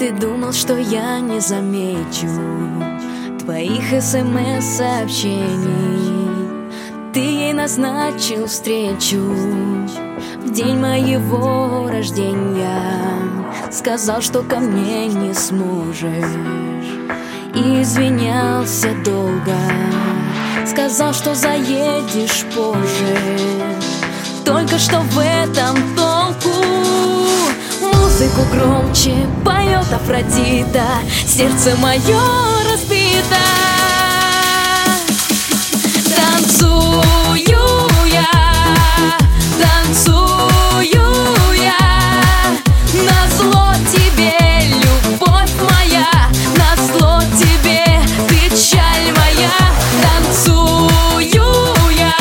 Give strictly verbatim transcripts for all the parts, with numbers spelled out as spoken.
Ты думал, что я не замечу твоих смс-сообщений. Ты ей назначил встречу в день моего рождения. Сказал, что ко мне не сможешь, и извинялся долго. Сказал, что заедешь позже. Только что в этом толку? Музыку громче поет Афродита, сердце мое разбито. Танцую я, танцую я, назло тебе, любовь моя, назло тебе, печаль моя. Танцую я,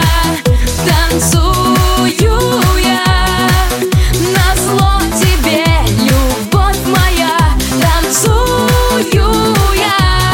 танцую я, назло тебе, любовь моя, танцую я.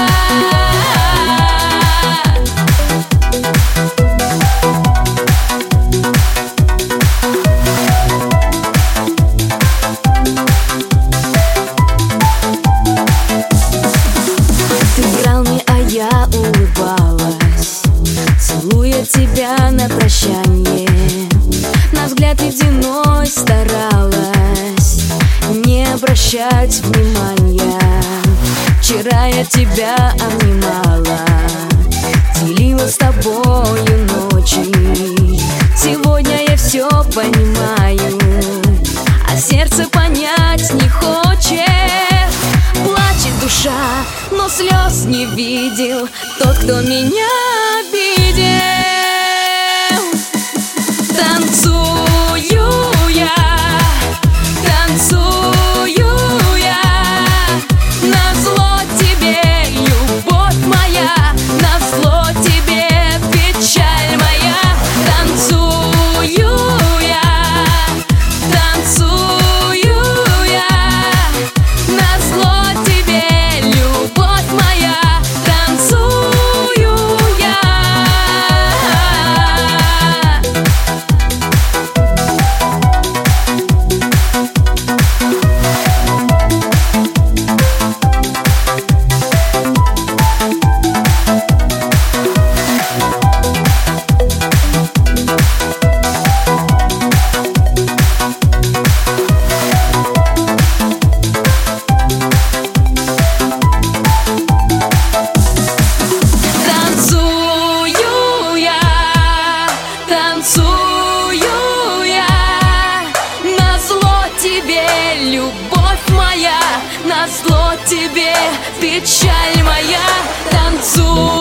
Я улыбалась, целуя тебя на прощанье. На взгляд ледяной старалась не обращать внимания. Вчера я тебя обнимала, делила с тобою ночи. Сегодня я все понимаю, а сердце понять не хочет. Плачет душа, но слез не видел тот, кто меня обидел. Танцую я, танцую я, назло тебе, любовь моя, назло тебе, печаль моя. Танцую я, танцую я, назло тебе, любовь моя, танцую я. Танцую я, назло тебе, любовь моя, назло тебе, печаль моя. Танцую